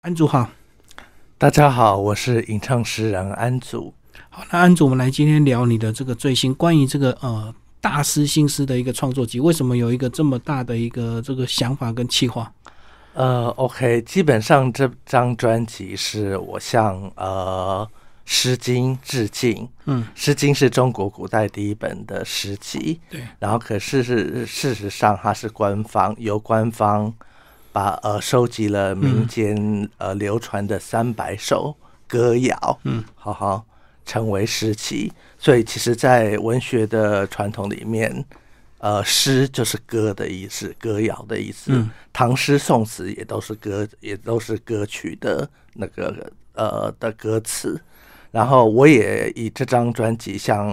安祖好。 大家好，我是吟唱诗人安祖。 好，那安祖，我们来今天聊你的这个最新关于这个大师新诗的一个创作集，为什么有一个这么大的一个这个想法跟企划 OK， 基本上这张专辑是我向诗经致敬。诗经是中国古代第一本的诗集， 对。 然后可是事实上它是由官方把收集了民间流传的300首歌谣，好成为诗集。所以其实在文学的传统里面，诗就是歌的意思，歌谣的意思。唐诗宋词也都是歌曲的那个的歌词。然后我也以这张专辑向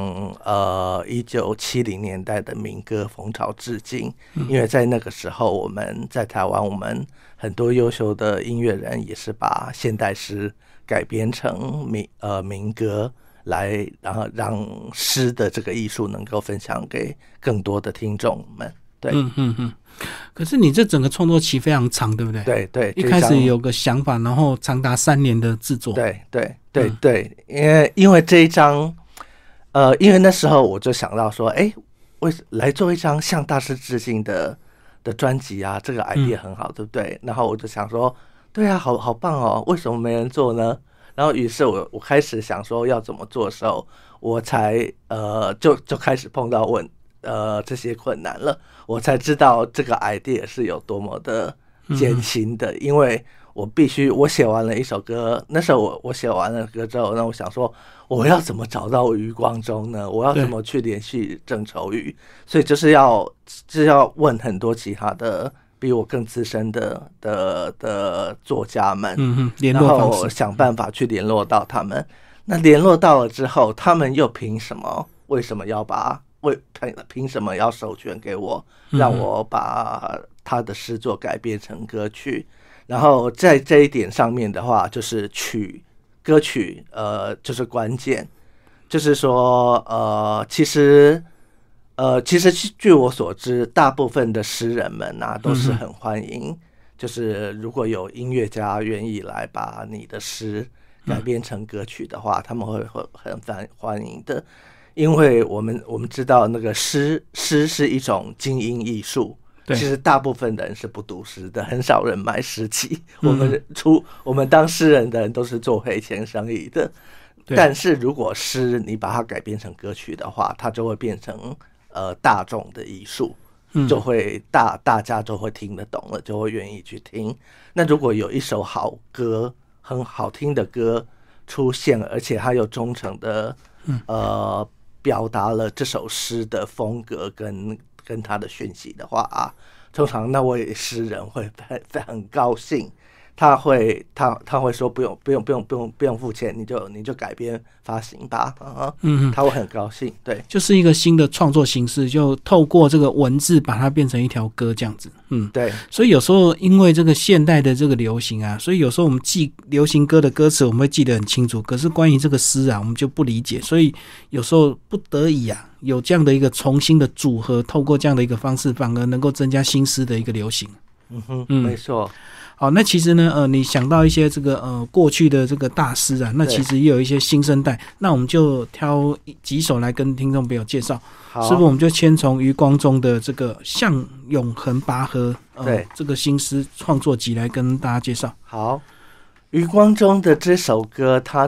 1970年代的民歌风潮致敬，因为在那个时候我们在台湾，我们很多优秀的音乐人也是把现代诗改编成民歌，然后让诗的这个艺术能够分享给更多的听众们。对。 可是你这整个创作期非常长，对不对？ 对， 一开始有个想法，然后长达3年的制作。 对，因为这一张，因为那时候我就想到说，来做一张向大师致敬的专辑啊，这个 idea 很好，对不对？然后我就想说，对啊，好棒哦，为什么没人做呢？然后于是我开始想说要怎么做的时候，我才就开始碰到这些困难了，我才知道这个 idea 是有多么的艰辛的。因为我写完了一首歌，那时候我写完了歌之后，那我想说我要怎么找到余光中呢？我要怎么去联系郑愁予？所以就是要问很多其他的比我更资深的作家们， 联络方式， 然后想办法去联络到他们。那联络到了之后，他们又为什么凭什么要授权给我，让我把他的诗作改编成歌曲？然后在这一点上面的话，就是歌曲就是关键。就是说其实据我所知，大部分的诗人们啊都是很欢迎，就是如果有音乐家愿意来把你的诗改编成歌曲的话，他们会很欢迎的。因为我们知道那个诗是一种精英艺术，其实大部分的人是不读诗的，很少人买诗集。我们当诗人的人都是做赔钱生意的。但是如果诗你把它改编成歌曲的话，它就会变成大众的艺术，就会大家就会听得懂了，就会愿意去听。那如果有一首好歌，很好听的歌出现，而且它有忠诚的表达了这首诗的风格跟他的讯息的话啊，通常那位诗人会很高兴，他会说不用付钱，你就改编发行吧，他会很高兴。对， 就是一个新的创作形式，就透过这个文字把它变成一条歌这样子。 对。 所以有时候因为这个现代的这个流行啊，所以有时候我们记流行歌的歌词我们会记得很清楚，可是关于这个诗啊我们就不理解，所以有时候不得已啊有这样的一个重新的组合，透过这样的一个方式反而能够增加新诗的一个流行。 没错。 好，那其实呢，你想到一些这个过去的这个大师啊，那其实也有一些新生代，那我们就挑几首来跟听众朋友介绍。是不是我们就先从余光中的这个《向永恒拔河》这个新诗创作集来跟大家介绍？ 好，余光中的这首歌，他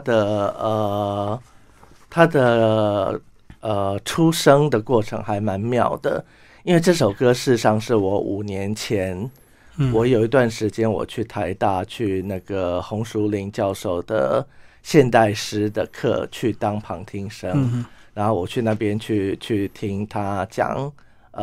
的出生的过程还蛮妙的，因为这首歌事实上是我5年前。我有一段时间我去台大去那个洪淑玲教授的现代诗的课去当旁听生，然后我去那边去听他讲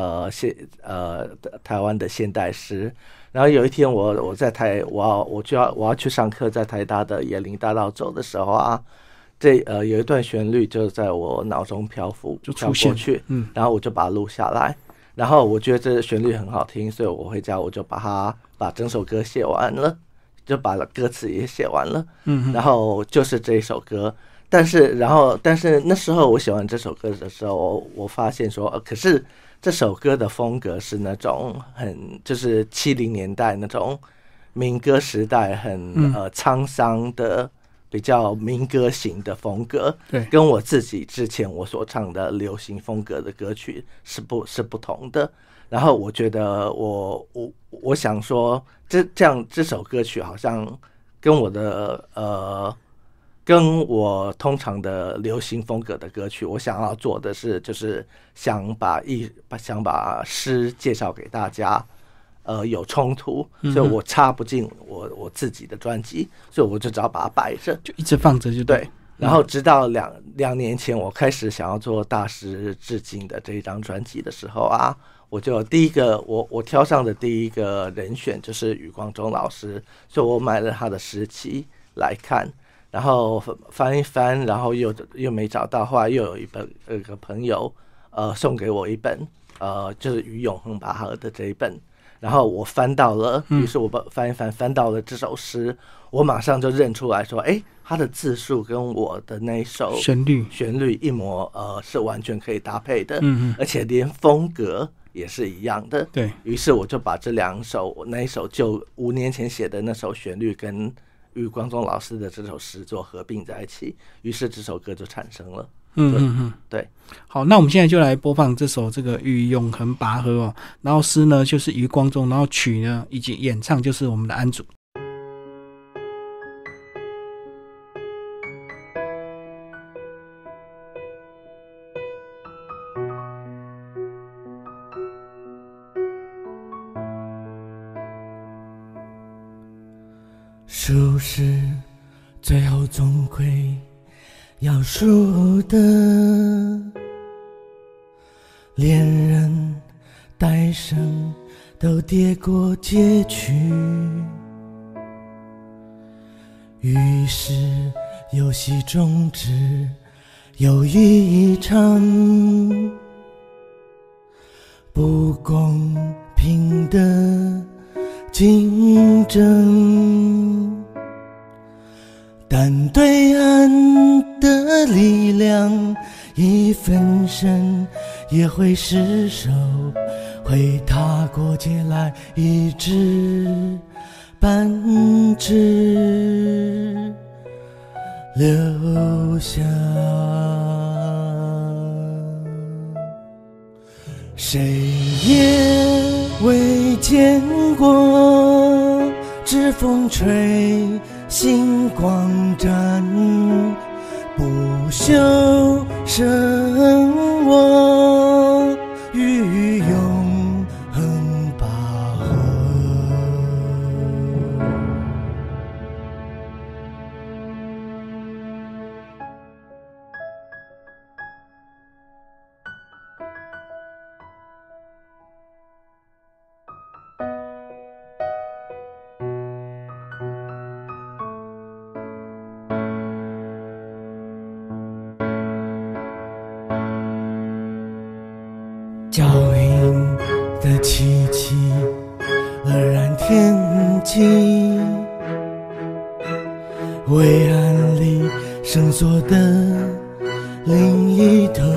台湾的现代诗。然后有一天我要去上课，在台大的椰林大道走的时候啊，有一段旋律就在我脑中飘过去，然后我就把它录下来。然后我觉得这旋律很好听，所以我回家我就把整首歌写完了，就把歌词也写完了。然后就是这一首歌。但是那时候我写完这首歌的时候，我发现说，可是这首歌的风格是那种就是70年代那民歌时代很沧桑的比较民歌型的风格， 对， 跟我自己之前我所唱的流行风格的歌曲是不同的。然后我觉得我想说，这首歌曲好像跟我通常的流行风格的歌曲，我想要做的是，就是想把诗介绍给大家，有冲突，所以我插不进我自己的专辑，所以我就只好把它摆着， 就一直放着就对。 然后直到两年前，我开始想要做大师致敬的这一张专辑的时候啊，我就第一个我挑上的第一个人选就是余光中老师，所以我买了他的诗集来看。然后翻一翻，然后又没找到，后来又有一个朋友送给我一本就是于永恒巴赫的这一本，然后我翻到了，于是我翻一翻到了这首诗，我马上就认出来说，哎，他的字数跟我的那一首旋律一模是完全可以搭配的，而且连风格也是一样的。 对， 于是我就把这两首，那一首就5年前写的那首旋律跟余光中老师的这首诗作合并在一起，于是这首歌就产生了。对。 好，那我们现在就来播放这首这个与永恒拔河哦，然后诗呢就是余光中，然后曲呢以及演唱就是我们的安祖。 输是最后总归要输的，连人带生都跌过街区，于是游戏终止，又一场不公平的竞争，但对岸的力量一分身也会失手，会踏过街来一知半知留下。谁也未见过指风吹星光展，不朽生我于永恒拔河。脚印的凄凄愕然天际，灰暗里绳索的另一头，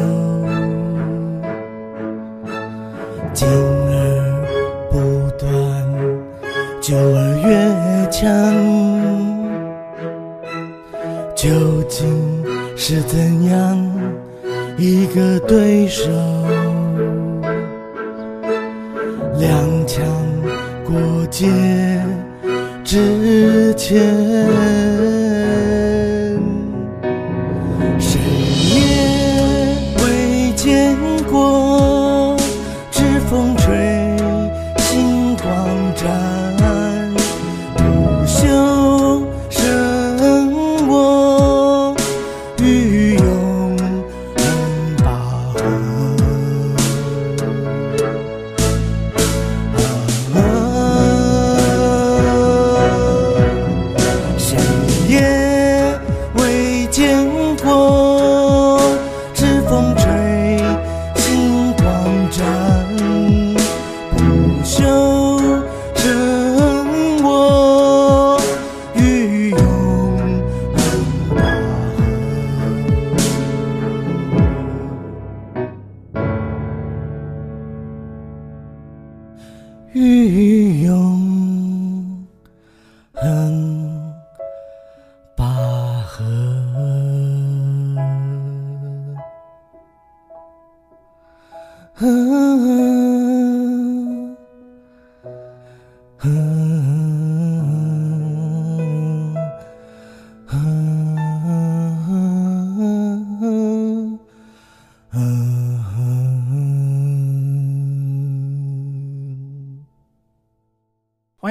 静而不断，久而越强，究竟是怎样一个对手？踉跄过街之前，谁也未见过指风吹星光展，不朽生我于永恒拔河。谁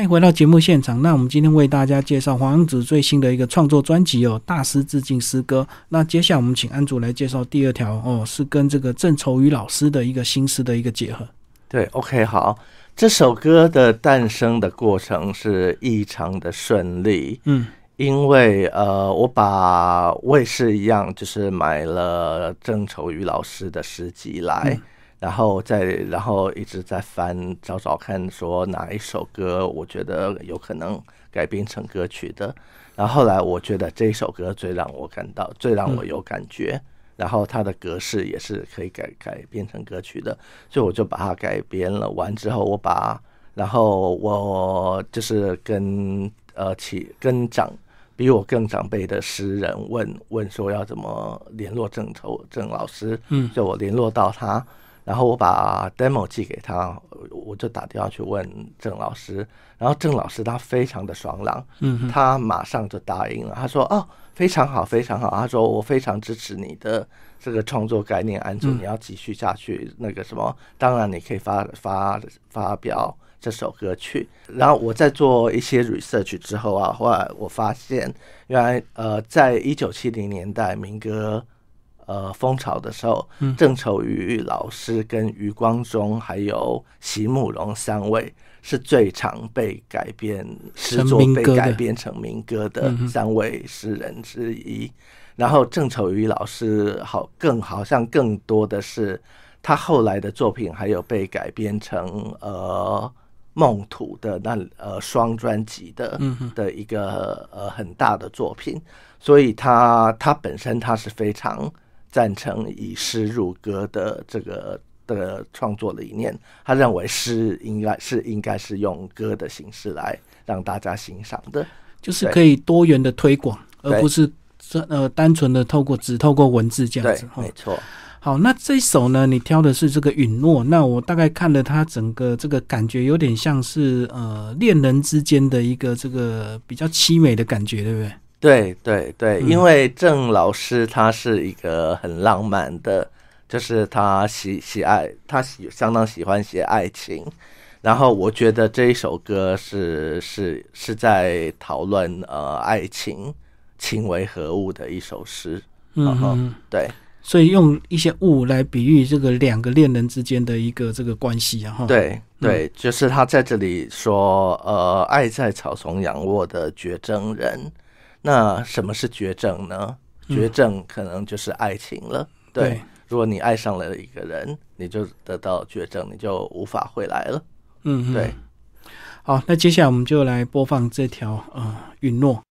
回到节目现场，那我们今天为大家介绍黄洋子最新的一个创作专辑《大师致敬诗歌》。那接下来我们请安祖来介绍第二条是跟这个郑愁予老师的一个新诗的一个结合。 对 ，OK， 好，这首歌的诞生的过程是异常的顺利。因为我也是一样，就是买了郑愁予老师的诗集来。然后一直在找看说哪一首歌我觉得有可能改编成歌曲的，然后后来我觉得这一首歌最让我有感觉，然后它的格式也是可以改编成歌曲的，所以我就把它改编了。完之后然后我就是跟比我更长辈的诗人问说要怎么联络郑老师，所以我联络到他。然后我把 demo 寄给他，我就打电话去问郑老师，然后郑老师他非常的爽朗，他马上就答应了，他说非常好非常好，他说我非常支持你的这个创作概念，安祖你要继续下去，那个什么，当然你可以发表这首歌曲。然后我在做一些 research 之后后来我发现原来在1970年代民歌风潮的时候，郑愁予老师跟余光中还有席慕容3位是最常被改编诗作被改编成民歌的3位诗人之一。然后郑愁予老师好像更多的是他后来的作品还有被改编成梦土的双专辑的一个很大的作品，所以他本身他是非常赞成以诗入歌的这个的创作理念，他认为诗应该是用歌的形式来让大家欣赏的， 就是可以多元的推广，而不是单纯的只透过文字这样子。 对，没错。 好，那这一首呢，你挑的是这个允诺，那我大概看了它整个这个感觉有点像是恋人之间的一个这个比较凄美的感觉，对不对？ 对，因为郑老师他是一个很浪漫的，就是他相当喜欢写爱情，然后我觉得这一首歌是在讨论爱情为何物的一首诗。对， 所以用一些物来比喻这个两个恋人之间的一个这个关系啊。 对，就是他在这里说爱在草丛仰卧的绝症人。那什么是绝症呢？绝症可能就是爱情了。对，如果你爱上了一个人，你就得到绝症，你就无法回来了。对。 好，那接下来我们就来播放这条允诺。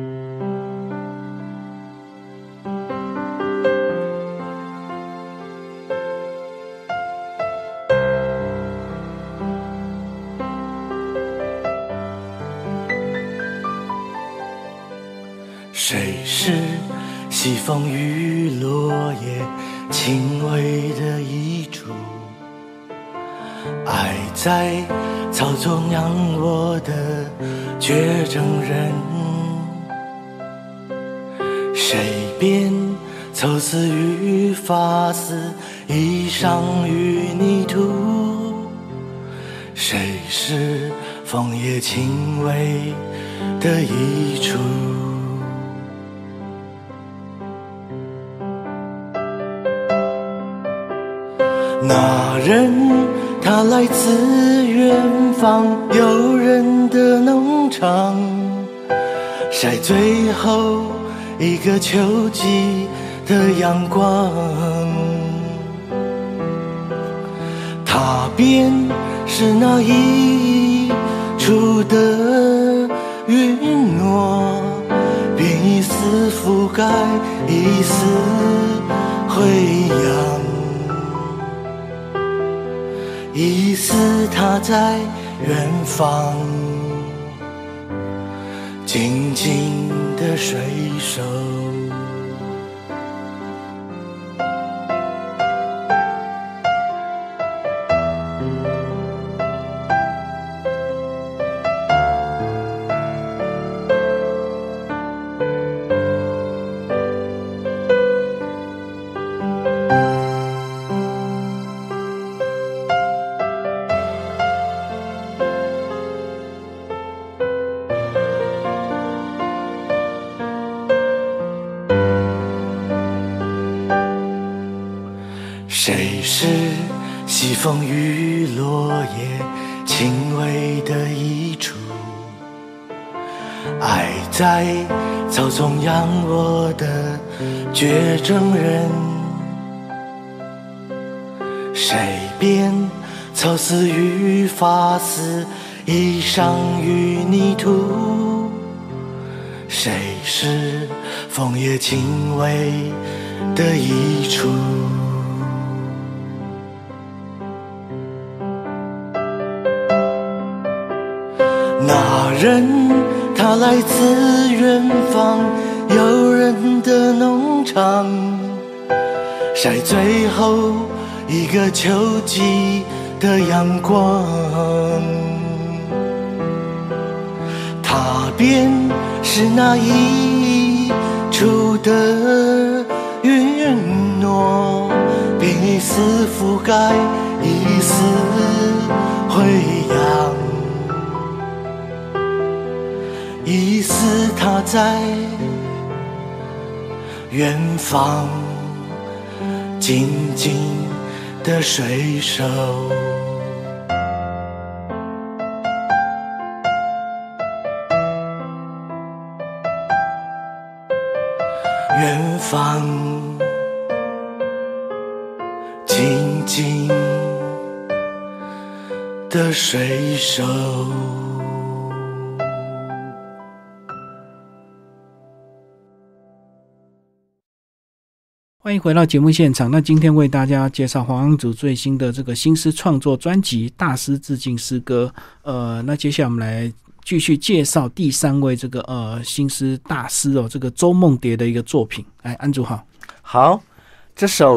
谁是西风与落叶轻微的一触？爱在草丛仰卧的绝症人，谁编愁丝与发丝，衣裳与泥土？谁是枫叶轻微的一触？那人他来自远方诱人的农场，晒最后一个秋季的阳光。他便是那一处的允诺，便一丝覆盖，一丝回扬。一丝他在远方静静的睡熟。 是西风与落叶轻微的一触，爱在草丛仰卧的绝症人，谁编草丝与发丝，衣裳与泥土，谁是枫叶轻微的一触。那人他来自远方诱人的农场，晒最后一个秋季的阳光。他便是那一处的云朵，便一丝覆盖，一丝回扬，一丝他在远方静静的水手。远方静静的水手。 欢迎回到节目现场。那今天为大家介绍黄安祖最新的这个新诗创作专辑《大师致敬诗歌》。那接下来我们来继续介绍第三位这个新诗大师哦，这个周梦蝶的一个作品。来，安祖好。 好，这首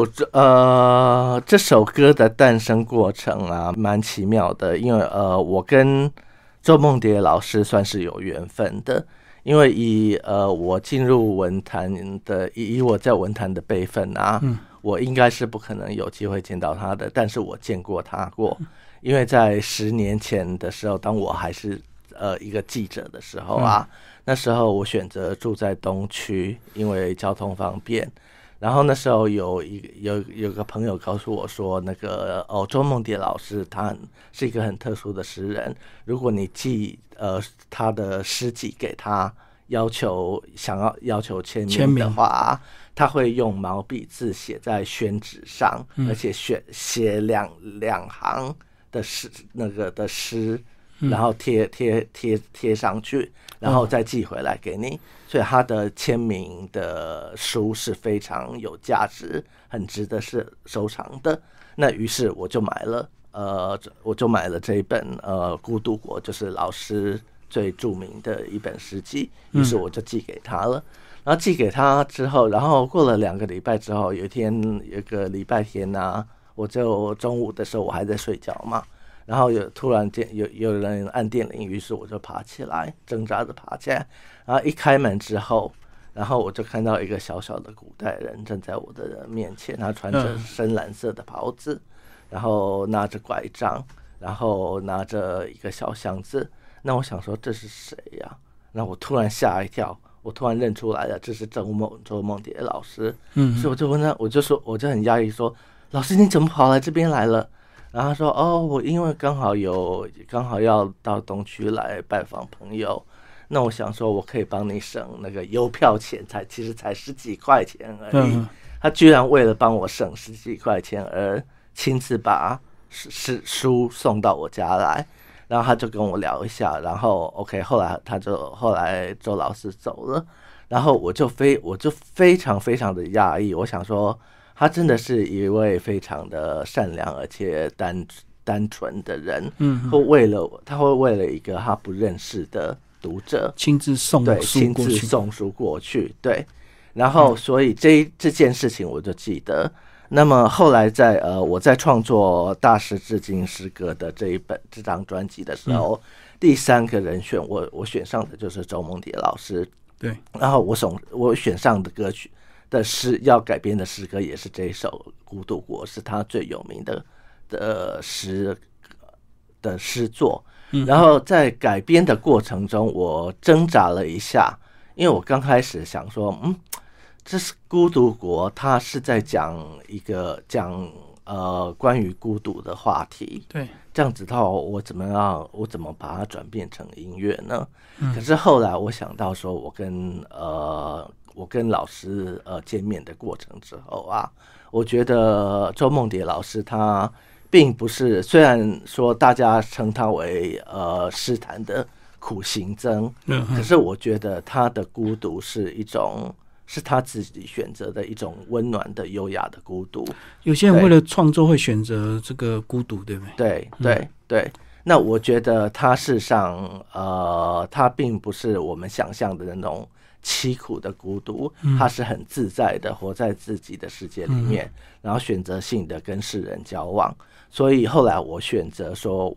歌的诞生过程啊，蛮奇妙的，因为我跟周梦蝶老师算是有缘分的。因为我进入文坛的，以我在文坛的辈分啊，我应该是不可能有机会见到他的，但是我见过他过。因为在10年前的时候，当我还是一个记者的时候啊，那时候我选择住在东区，因为交通方便。然后那时候有个朋友告诉我说，那个周梦蝶老师他是一个很特殊的诗人，如果你寄他的诗集给他，要求签名的话，他会用毛笔字写在宣纸上，而且写两行的诗的诗，然后贴上去，然后再寄回来给你。所以他的签名的书是非常有价值，很值得是收藏的。那于是我就买了这一本孤独国，就是老师最著名的一本诗集，于是我就寄给他了。然后寄给他之后，然后过了2个礼拜之后，有个礼拜天啊，我就中午的时候我还在睡觉嘛，然后突然间有人按电铃，于是我就爬起来，挣扎着爬起来，然后一开门之后，然后我就看到一个小小的古代人站在我的面前，他穿着深蓝色的袍子，然后拿着拐杖，然后拿着一个小箱子。那我想说这是谁呀？那我突然吓一跳，我突然认出来了，这是周梦蝶老师。所以我就问他，我就很压抑说，老师你怎么跑来这边来了？然后他说我因为刚好要到东区来拜访朋友，那我想说我可以帮你省那个邮票钱，其实才10几块钱而已。他居然为了帮我省10几块钱而亲自把书送到我家来。然后他就跟我聊一下，然后 OK， 后来周老师走了，然后我就非常非常的讶异，我想说他真的是一位非常的善良而且单纯的人，他会为了一个他不认识的读者亲自送书过去，对，然后所以这件事情我就记得。那么后来我在创作大师致敬诗歌的这张专辑的时候，第3个人选我选上的就是周梦蝶老师， 对， 然后我选上的歌曲的诗要改编的诗歌也是这一首《孤独国》，是他最有名的诗作。然后在改编的过程中，我挣扎了一下，因为我刚开始想说，这是孤独国，他是在讲关于孤独的话题。 对， 这样子的话，我怎么把它转变成音乐呢？可是后来我想到说，我跟老师见面的过程之后啊，我觉得周梦蝶老师他并不是，虽然说大家称他为诗坛的苦行僧，可是我觉得他的孤独是他自己选择的一种温暖的优雅的孤独。 有些人为了创作会选择这个孤独，对不对？对。那我觉得他事实上他并不是我们想象的那种凄苦的孤独，他是很自在的活在自己的世界里面，然后选择性的跟世人交往。所以后来我选择说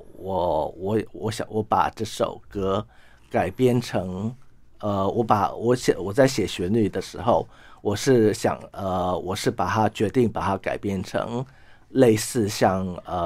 我把这首歌改编成我在写旋律的时候，我是决定把它改编成类似像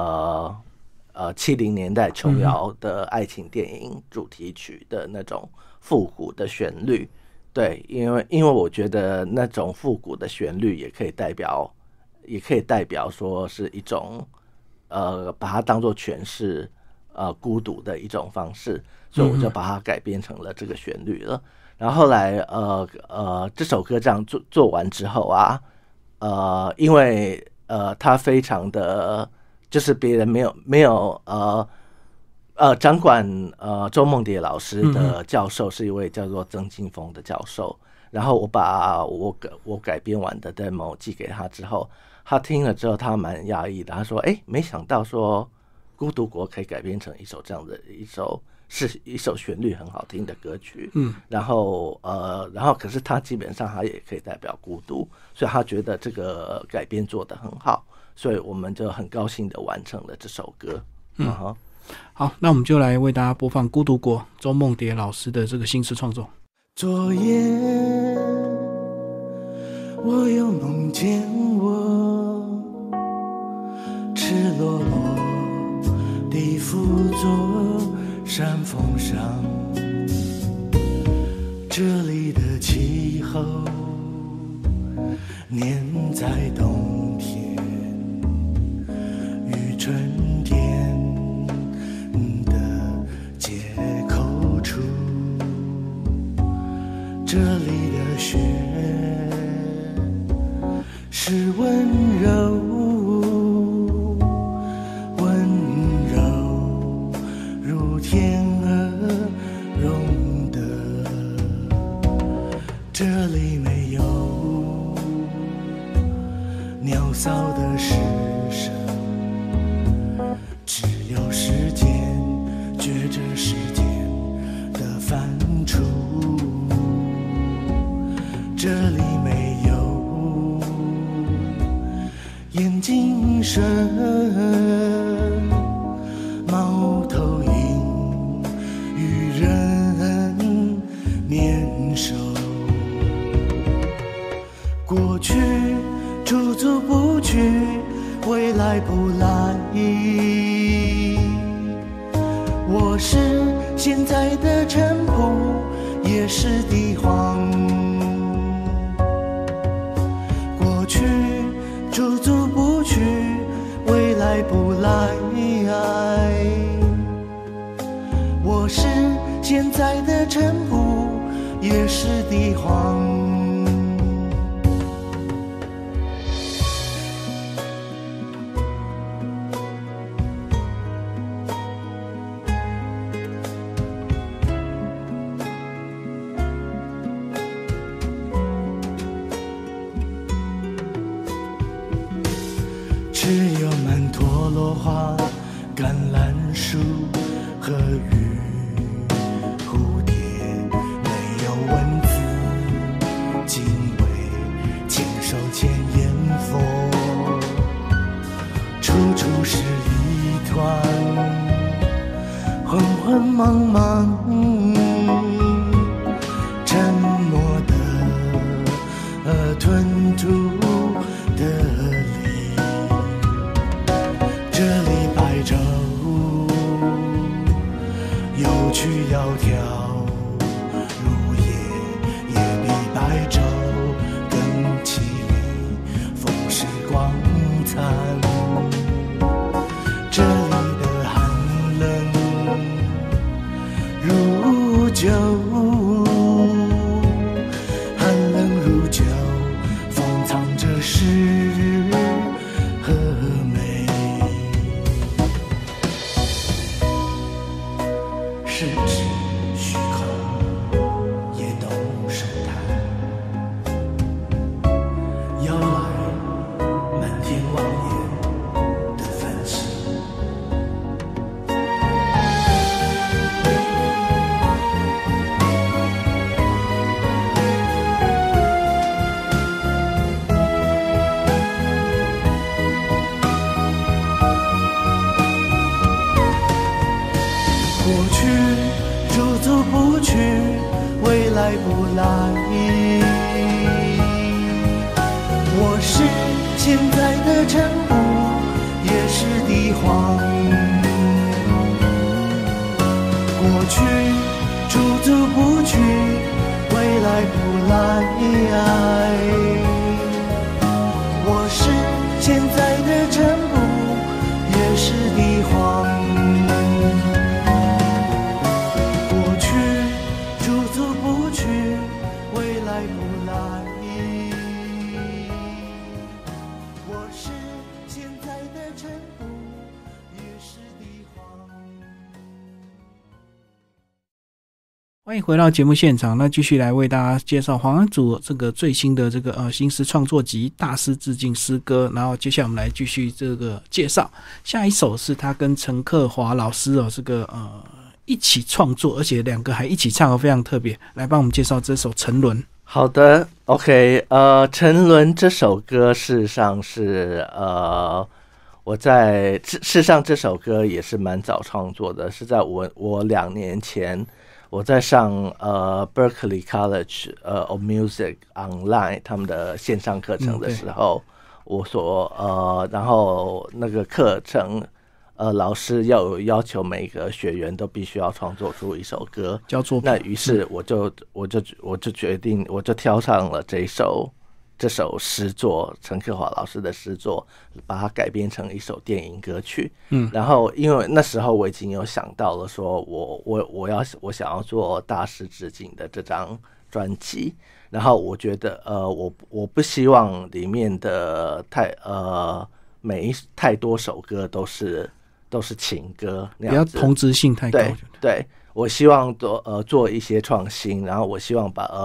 70年代琼瑶的爱情电影主题曲的那种复古的旋律。对，因为我觉得那种复古的旋律也可以代表说是一种把它当作诠释孤独的一种方式，所以我就把它改编成了这个旋律了。然后后来这首歌这样做完之后啊，因为它非常的就是别人没有掌管周梦蝶老师的教授是一位叫做曾金峰的教授，然后我把我改编完的 demo 寄给他之后，他听了之后他蛮讶异的，他说没想到说孤独国可以改编成一首这样的一首旋律很好听的歌曲，然后可是他基本上他也可以代表孤独，所以他觉得这个改编做得很好，所以我们就很高兴的完成了这首歌。 好，那我们就来为大家播放孤独国周梦蝶老师的这个新诗创作。 昨夜我又梦见我赤裸裸地伏坐山峰上，这里的气候黏在冬天与春天的接口处，这里的雪是温柔如天鹅绒的，这里没有鸟骚的诗声，只有时间觉着时间的反刍，这里没有眼睛声猫头鹰与人年兽，过去驻足不去，未来不来，我是现在的尘土，也是地荒，过去驻足不去，未来不来，我是现在的尘土，也是地荒。只有曼陀罗花、橄榄树和鱼蝴蝶，没有文字敬畏，牵手牵烟佛，处处是一团浑浑茫茫沉默的吞吐的这里白昼来。我是现在的尘土，也是地荒。过去驻足不去，未来不来。我是现在的尘土，也是地荒。过去驻足不去，未来不来。我是现在的尘土，也是地荒。 欢迎回到节目现场，那继续来为大家介绍黄安祖这个最新的这个新诗创作集《大师致敬诗歌》，然后接下来我们来继续这个介绍，下一首是他跟陈克华老师这个一起创作，而且两个还一起唱，非常特别，来帮我们介绍这首《沉沦》。 好的 ，OK， 沉沦这首歌事实上是事实上这首歌也是蛮早创作的，是在我2年前。我在上Berkeley College of Music Online 他们的线上课程的时候，然后那个课程老师要求每个学员都必须要创作出一首歌， 交作品。 那于是我就决定，我就挑上了这首诗作，陈克华老师的诗作，把它改编成一首电影歌曲。然后因为那时候我已经有想到了，说我想要做大师致敬的这张专辑，然后我觉得我不希望里面的太多首歌都是情歌那样子， 比较同质性太高。 对，我希望做一些创新，然后我希望把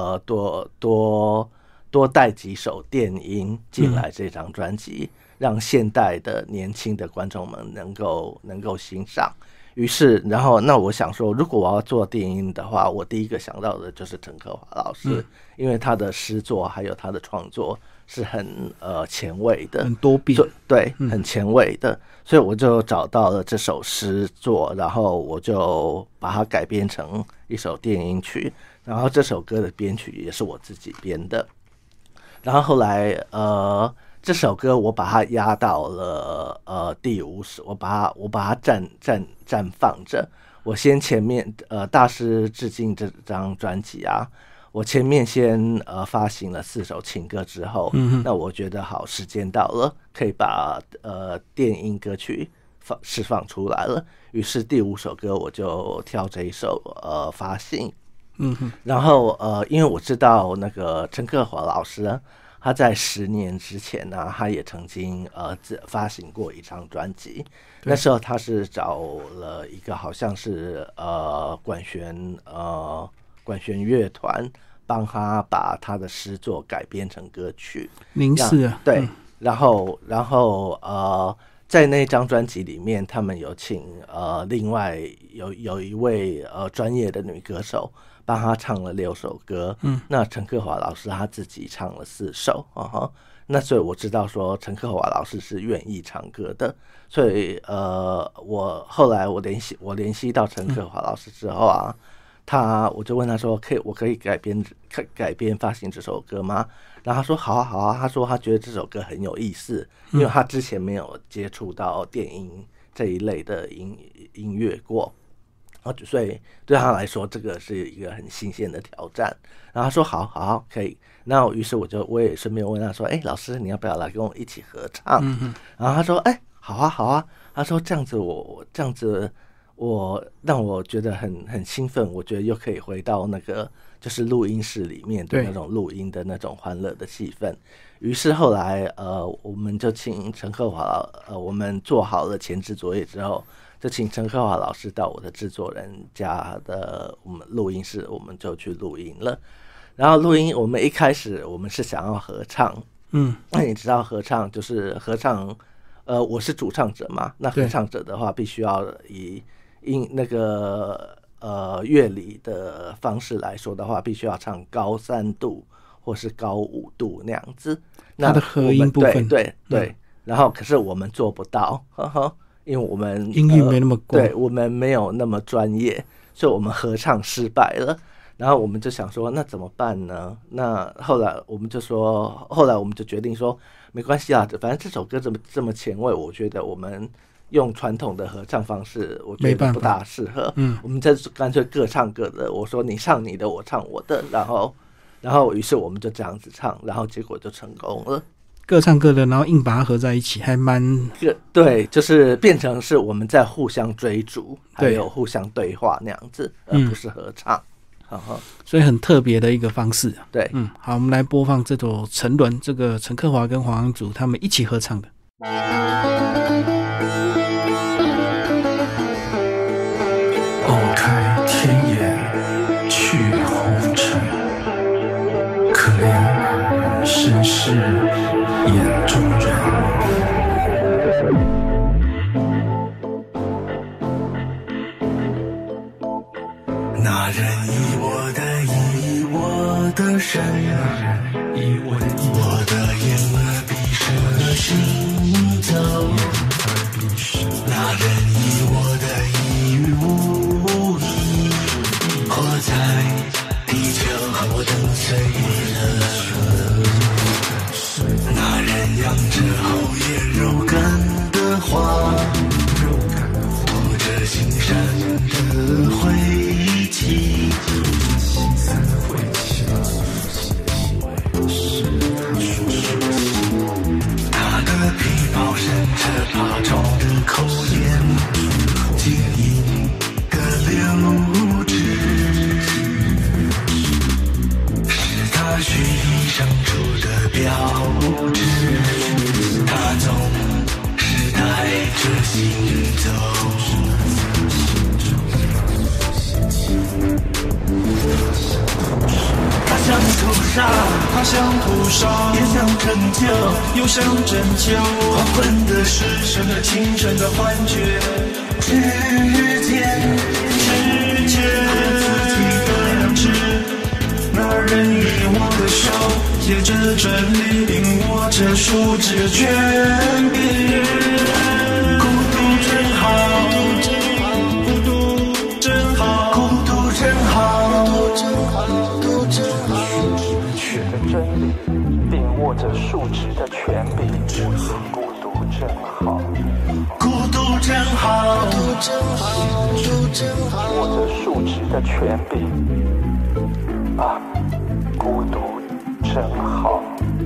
多带几首电音进来这张专辑，让现代的年轻的观众们能够欣赏。于是，然后那我想说，如果我要做电音的话，我第一个想到的就是陈克华老师，因为他的诗作还有他的创作是很前卫的， 很多变， 对，很前卫的，所以我就找到了这首诗作，然后我就把它改编成一首电音曲，然后这首歌的编曲也是我自己编的。然后后来这首歌我把它压到了第5首，我把它暂放着。我先前面大师致敬这张专辑啊，我前面先发行了4首情歌之后，那我觉得好，时间到了，可以把电音歌曲释放出来了。于是第5首歌我就挑这一首发行。然后因为我知道那个陈克华老师呢，他在10年之前呢，他也曾经发行过一张专辑，那时候他是找了一个好像是管弦乐团帮他把他的诗作改编成歌曲。 04 对，然后在那张专辑里面，他们有请另外有一位专业的女歌手帮他唱了6首歌，那陈克华老师他自己唱了4首那所以我知道说陈克华老师是愿意唱歌的，所以后来我联系到陈克华老师之后啊，我就问他说我可以改编发行这首歌吗？然后他说好啊好啊，他说他觉得这首歌很有意思，因为他之前没有接触到电音这一类的音乐过，所以对他来说这个是一个很新鲜的挑战。然后他说好可以，那于是我也顺便问他说老师你要不要来跟我一起合唱？然后他说好啊，他说这样子我让我觉得很兴奋，我觉得又可以回到那个就是录音室里面的那种录音的那种欢乐的气氛。于是后来我们就请陈克华我们做好了前置作业之后，就请陈克华老师到我的制作人家的我们录音室，我们就去录音了。然后录音我们一开始我们是想要合唱，那你知道合唱就是合唱我是主唱者嘛，那合唱者的话必须要以那个乐理的方式来说的话，必须要唱高3度或是高5度那样子。那它的合音部分， 对，然后可是我们做不到，因为我们音域没那么广， 对，我们没有那么专业，所以我们合唱失败了。 然后我们就想说那怎么办呢？那后来我们就决定说没关系啦，反正这首歌这么前卫，我觉得我们用传统的合唱方式我觉得不大适合，我们这干脆各唱各的，我说你唱你的，我唱我的，然后于是我们就这样子唱，然后结果就成功了， 各唱各的，然后硬把它合在一起，还蛮对，就是变成是我们在互相追逐，还有互相对话那样子，而不是合唱。 所以很特别的一个方式。 对， 好，我们来播放这首《沉沦》，这个陈克华跟黄昂祖他们一起合唱的。 拨开天眼去红尘，可怜身是眼中人。 那人以我的身，我的眼儿闭塞行走，那人以我的一无一，活在地球等谁了？那人扬着厚颜柔感的花，吐着心山的灰气，他的皮包渗着爬虫的口烟，晶莹的流质，是他血衣上出的标志，他总是带着行走。 他想屠杀， 也想拯救， 又想拯救。 黄昏的是什么清晨的幻觉？ 指尖自己的良知。那人以我的手，借着真理，并握着树枝的权柄。孤独真好，孤独真好， 孤独真好， 真理，并握着树枝的权柄，孤独真好， 孤独真好， 握着树枝的权柄，孤独真好。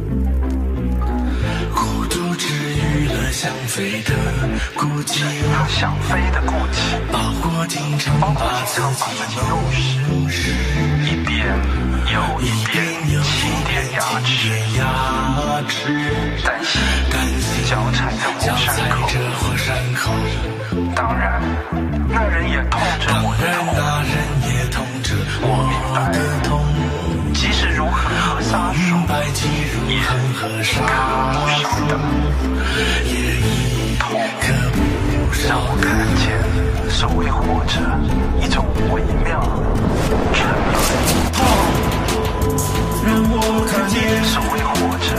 孤独治愈了想飞的孤寂， 想飞的孤寂， 包裹经常把自己弄湿， 一遍又一遍轻点牙齿，担心交缠着火山口。当然，那人也痛着我的痛，我明白，即使如恒河沙数，也可不少的， 也一痛可不少。 让我看见所谓活着一种微妙沉沦。 让我看见所谓活着，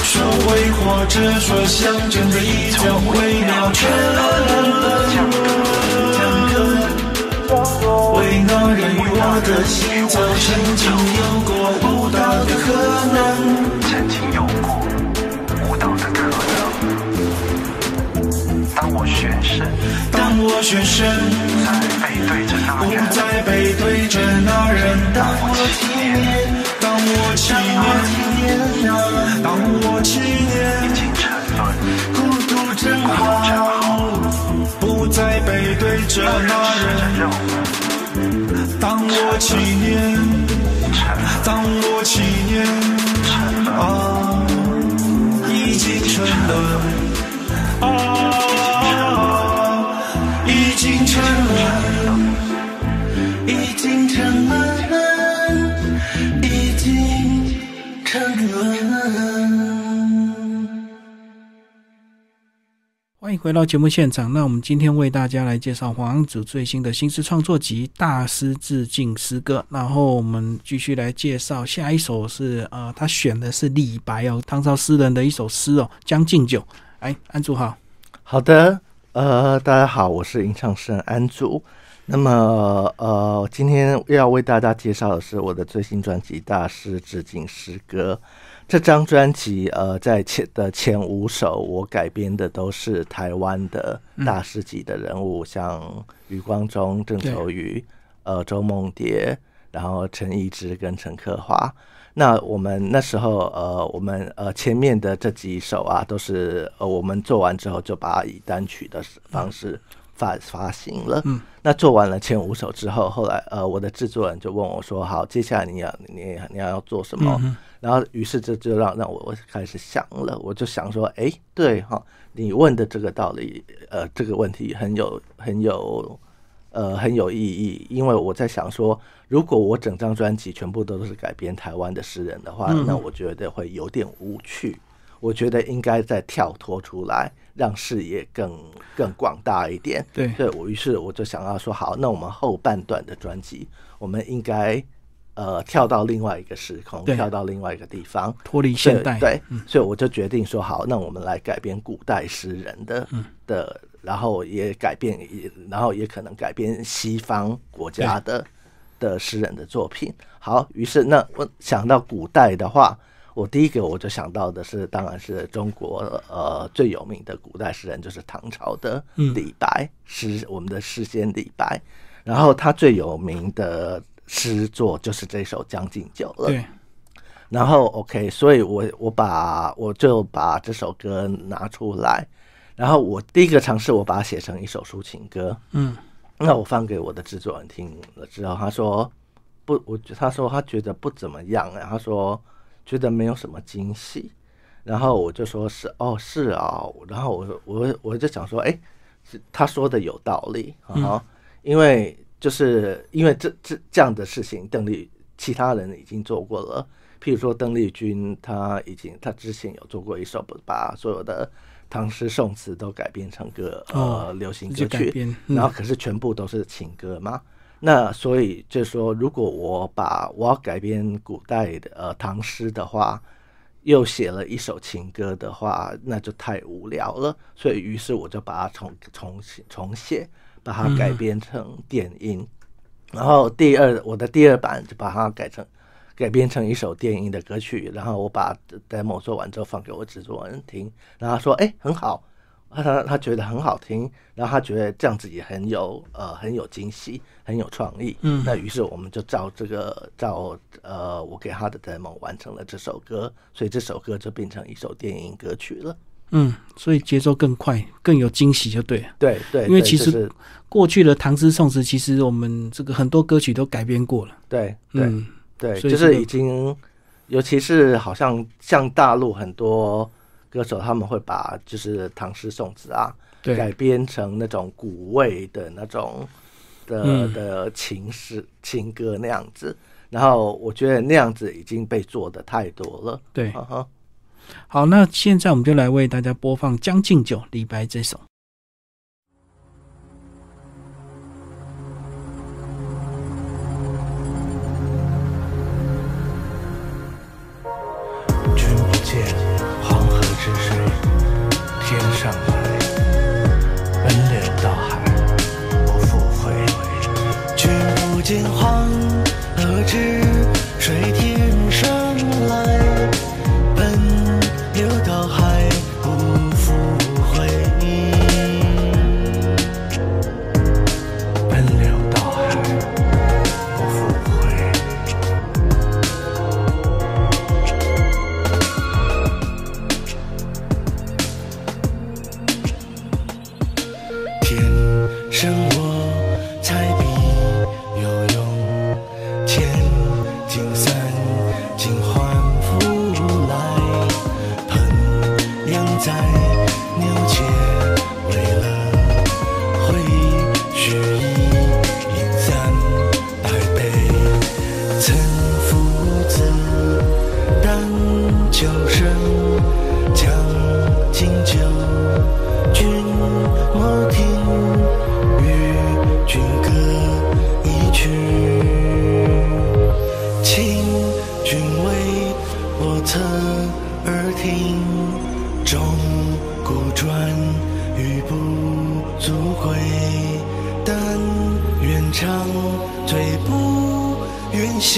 所象征的一种微妙沉沦。为那人与我的心造曾经有过舞蹈的可能， 曾经有过舞蹈的可能。当我宣誓，不再背对着那人，当我纪念，已经沉沦， 孤独真好， 不再背对着那人，当我纪念，已经沉沦，已经沉沦， 已经沉沦，已经沉沦。 欢迎回到节目现场。那我们今天为大家来介绍黄昂祖最新的新诗创作集《大师致敬诗歌》，然后我们继续来介绍下一首是他选的是李白唐朝诗人的一首诗《将进酒》。安祖好。 好的，大家好，我是吟唱诗人安祖。 那么今天要为大家介绍的是我的最新专辑《大师致敬诗歌》。这张专辑在前5首我改编的都是台湾的大师级的人物，像余光中、郑愁予、周梦蝶，然后陈奕之跟陈克华。那我们那时候我们前面的这几首啊，都是我们做完之后就把它以单曲的方式发行了。那做完了前5首之后，后来我的制作人就问我说：“好，接下来你要做什么？”然后于是这就让我开始想了，我就想说，对哈，你问的这个道理，这个问题很有意义，因为我在想说，如果我整张专辑全部都是改编台湾的诗人的话，那我觉得会有点无趣。我觉得应该再跳脱出来，让视野更广大一点。对，所以于是我就想要说，好，那我们后半段的专辑，我们应该跳到另外一个时空，跳到另外一个地方， 脱离现代。 对，所以我就决定说，好，那我们来改编古代诗人的，然后也可能改编西方国家的诗人的作品。好，于是那我想到古代的话，我第一个我就想到的是，当然是中国最有名的古代诗人，就是唐朝的李白，我们的诗仙李白。然后他最有名的诗作就是这首《将进酒》了。对。然后 OK， 所以我就把这首歌拿出来，然后我第一个尝试我把它写成一首抒情歌。那我放给我的制作人听了之后，他说他觉得不怎么样，他说觉得没有什么惊喜。然后我就说是啊，然后我就想说，他说的有道理啊，因为这样的事情，其他人已经做过了。譬如说邓丽君，他之前有做过一首，把所有的唐诗宋词都改编成流行歌曲，然后可是全部都是情歌嘛。那所以就是说，如果我要改编古代的唐诗的话，又写了一首情歌的话，那就太无聊了。所以于是我就把它重写，把它改编成电音。然后我的第二版就把它改编成一首电音的歌曲，然后我把 demo 做完之后放给我制作人听，然后他说很好，他觉得很好听，然后他觉得这样子也很有惊喜，很有创意。那于是我们就照我给他的 demo 完成了这首歌，所以这首歌就变成一首电音歌曲了。 所以节奏更快，更有惊喜就对了。 对， 因为其实过去的唐诗宋词，其实我们这个很多歌曲都改编过了。 对，就是已经，尤其是好像大陆很多歌手，他们会把就是唐诗宋词啊改编成那种古味的那种的情歌那样子，然后我觉得那样子已经被做的太多了。 对，好，那现在我们就来为大家播放《将进酒》李白这首。 黄河之水天上来，奔流到海不复回。君不见黄河之水天上来，奔流到海不复回。奔流到海不复回。生我才必有用，千金散尽还复来。烹羊宰牛且为了会，须以饮三百杯。岑夫子，当酒声，将进酒，君莫听。君歌一曲，请君为我侧耳听。钟鼓馔玉不足贵，但愿长醉不愿醒。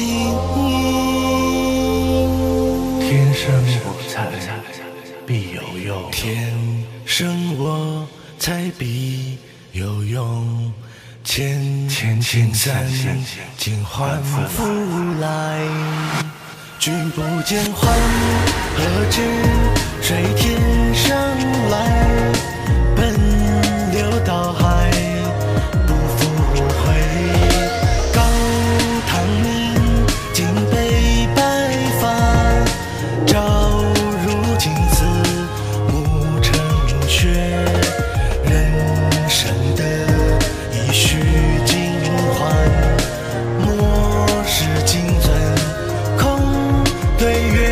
天生我材必有用， 天生我材必有用，千山尽还复来。君不见黄河之水天上来，奔流到海不复回。高堂明镜悲白发，朝如青丝暮成雪。人生的一须尽欢，莫使金樽空对月。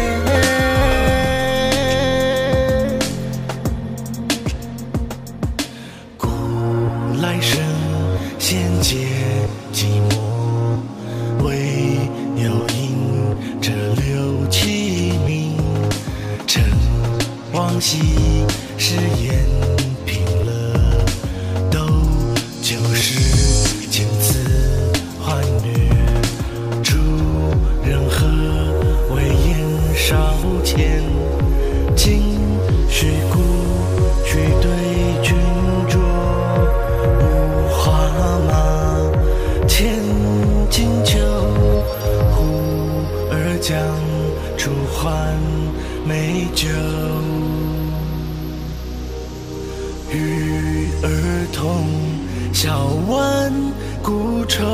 古来圣贤皆寂寞，唯有饮这六七名。趁往昔誓言平了，斗就是千次幻虐。主人何为言少钱，今须故须对君酌。五花马，千金裘，呼儿将出换美酒。与儿同笑万古愁。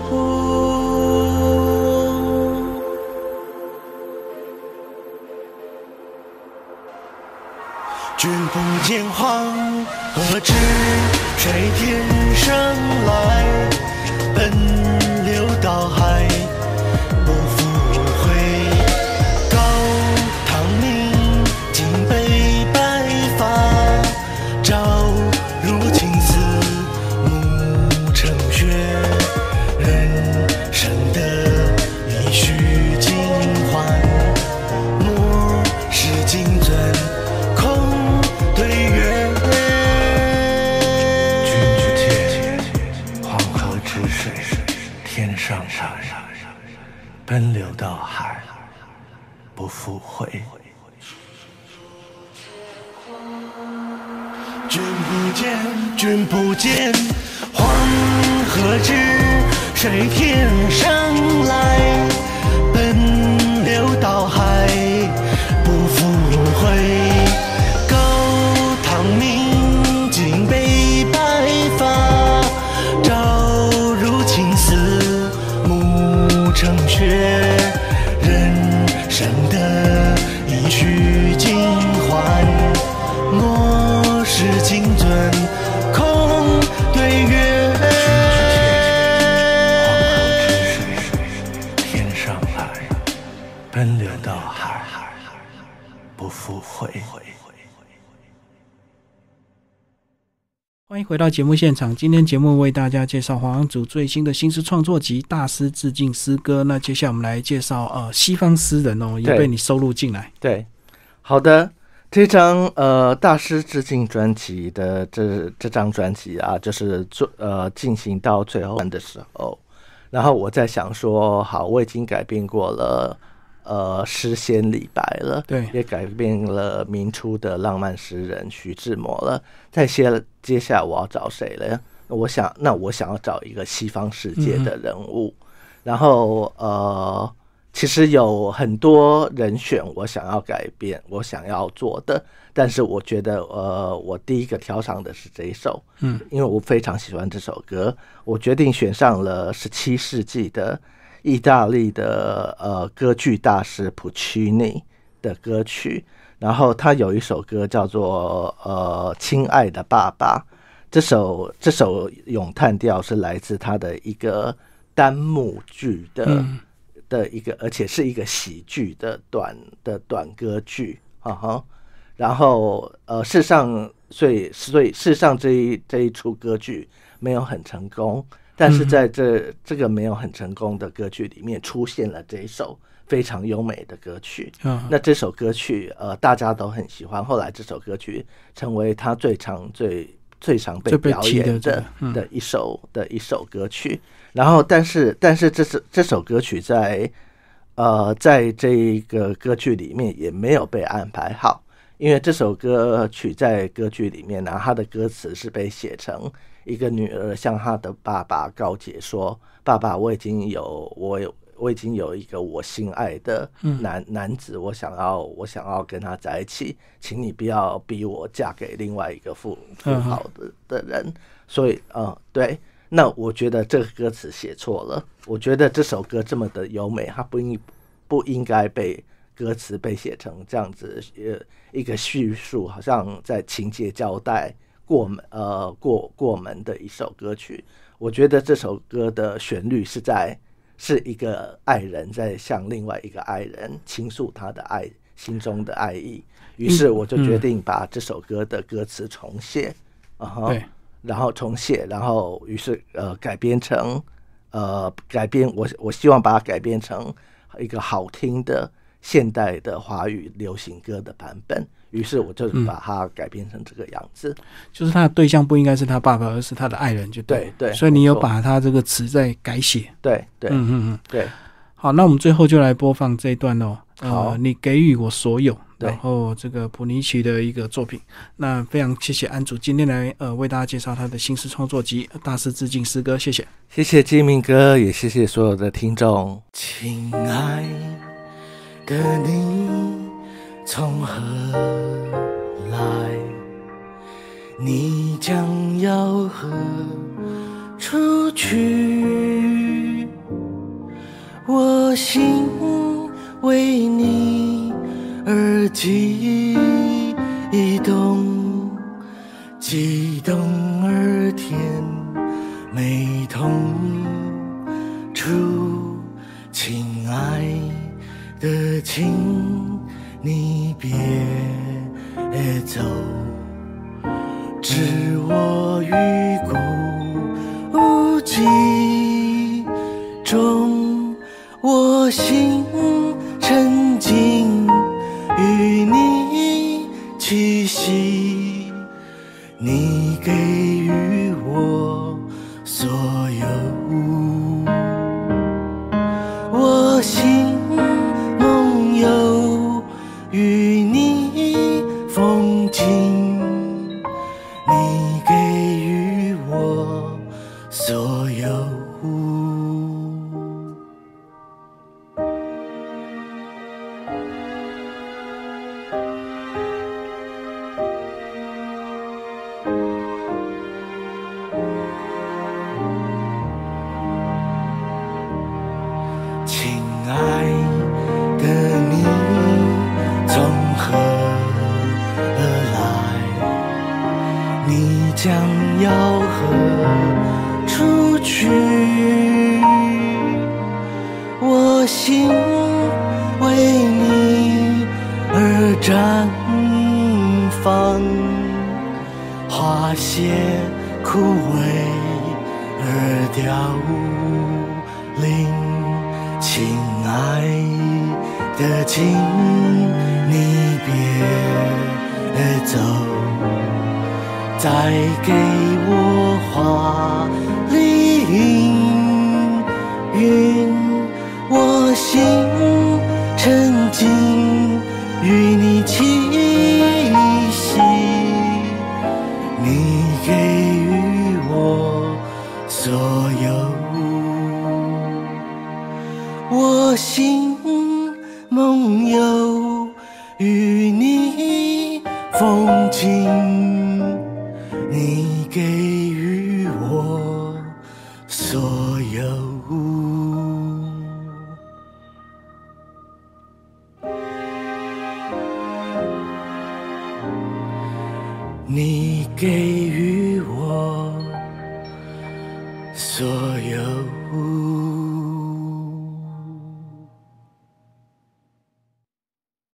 君不见黄河之水天上来，奔流到海不复回。高堂明镜悲白发，朝如青丝暮成雪。人生的一须尽欢，莫使金樽空对月。 君不见黄河之水天上来，奔流到海不复回。 君不见黄河之水天上来，奔流到海不复回。高堂明镜悲白发，朝如青丝暮成雪。人生的一须尽欢，莫使金樽空对月。 天上来，奔流到海不复回。 欢迎回到节目现场，今天节目为大家介绍黄昂祖最新的新诗创作集《大师致敬诗歌》。那接下来我们来介绍西方诗人哦，也被你收录进来。 对，好的，这张大师致敬专辑的这张专辑啊，就是进行到最后的时候，然后我在想说，好，我已经改变过了诗仙李白了， 对， 也改变了明初的浪漫诗人徐志摩了。接下来我要找谁了？我想要找一个西方世界的人物，然后其实有很多人选我想要改变，我想要做的，但是我觉得我第一个挑上的是这一首，因为我非常喜欢这首歌，我决定选上了17世纪的意大利的歌剧大师普契尼的歌曲，然后他有一首歌叫做亲爱的爸爸，这首咏叹调是来自他的一个单幕剧的一个，而且是一个喜剧的短歌剧，然后事实上事实上这一出歌剧没有很成功，但是在这个没有很成功的歌剧里面出现了这一首非常优美的歌曲，那这首歌曲大家都很喜欢，后来这首歌曲成为他最最常被表演的一首歌曲。然后但是这首歌曲在这个歌剧里面也没有被安排好，因为这首歌曲在歌剧里面呢，它的歌词是被写成一个女儿向她的爸爸告解说：“爸爸，我已经有一个我心爱的男子，我想要跟他在一起，请你不要逼我嫁给另外一个富豪的人。”所以对。那我觉得这个歌词写错了，我觉得这首歌这么的优美，它不应该被歌词被写成这样子一个叙述，好像在情节交代过门的一首歌曲。我觉得这首歌的旋律是一个爱人在向另外一个爱人倾诉他的心中的爱意，于是我就决定把这首歌的歌词重写，对。然后重写，然后于是改编，我希望把它改编成一个好听的现代的华语流行歌的版本。于是我就把它改编成这个样子， 就是他的对象不应该是他爸爸，而是他的爱人，就对。所以你有把他这个词再改写。对。好，那我们最后就来播放这一段哦。你给予我所有。然后这个普尼奇的一个作品，那非常谢谢安祖今天来为大家介绍他的新诗创作集《大师致敬诗歌》，谢谢基明哥，也谢谢所有的听众。 亲爱的你从何来？你将要何处去？我心为你而激动，激动而甜美同处。亲爱的，请你别走，置我于孤寂中，我心沉浸与你气息，你给予我所有，我心梦游与你风景，你给予我所有。将要何处去？我心为你而绽放，花谢枯萎而凋零。亲爱的，请你别走，再给我花凌云，我心沉浸与你气息，你给予我所有，我心梦游与你风景，你给予我所有。你给予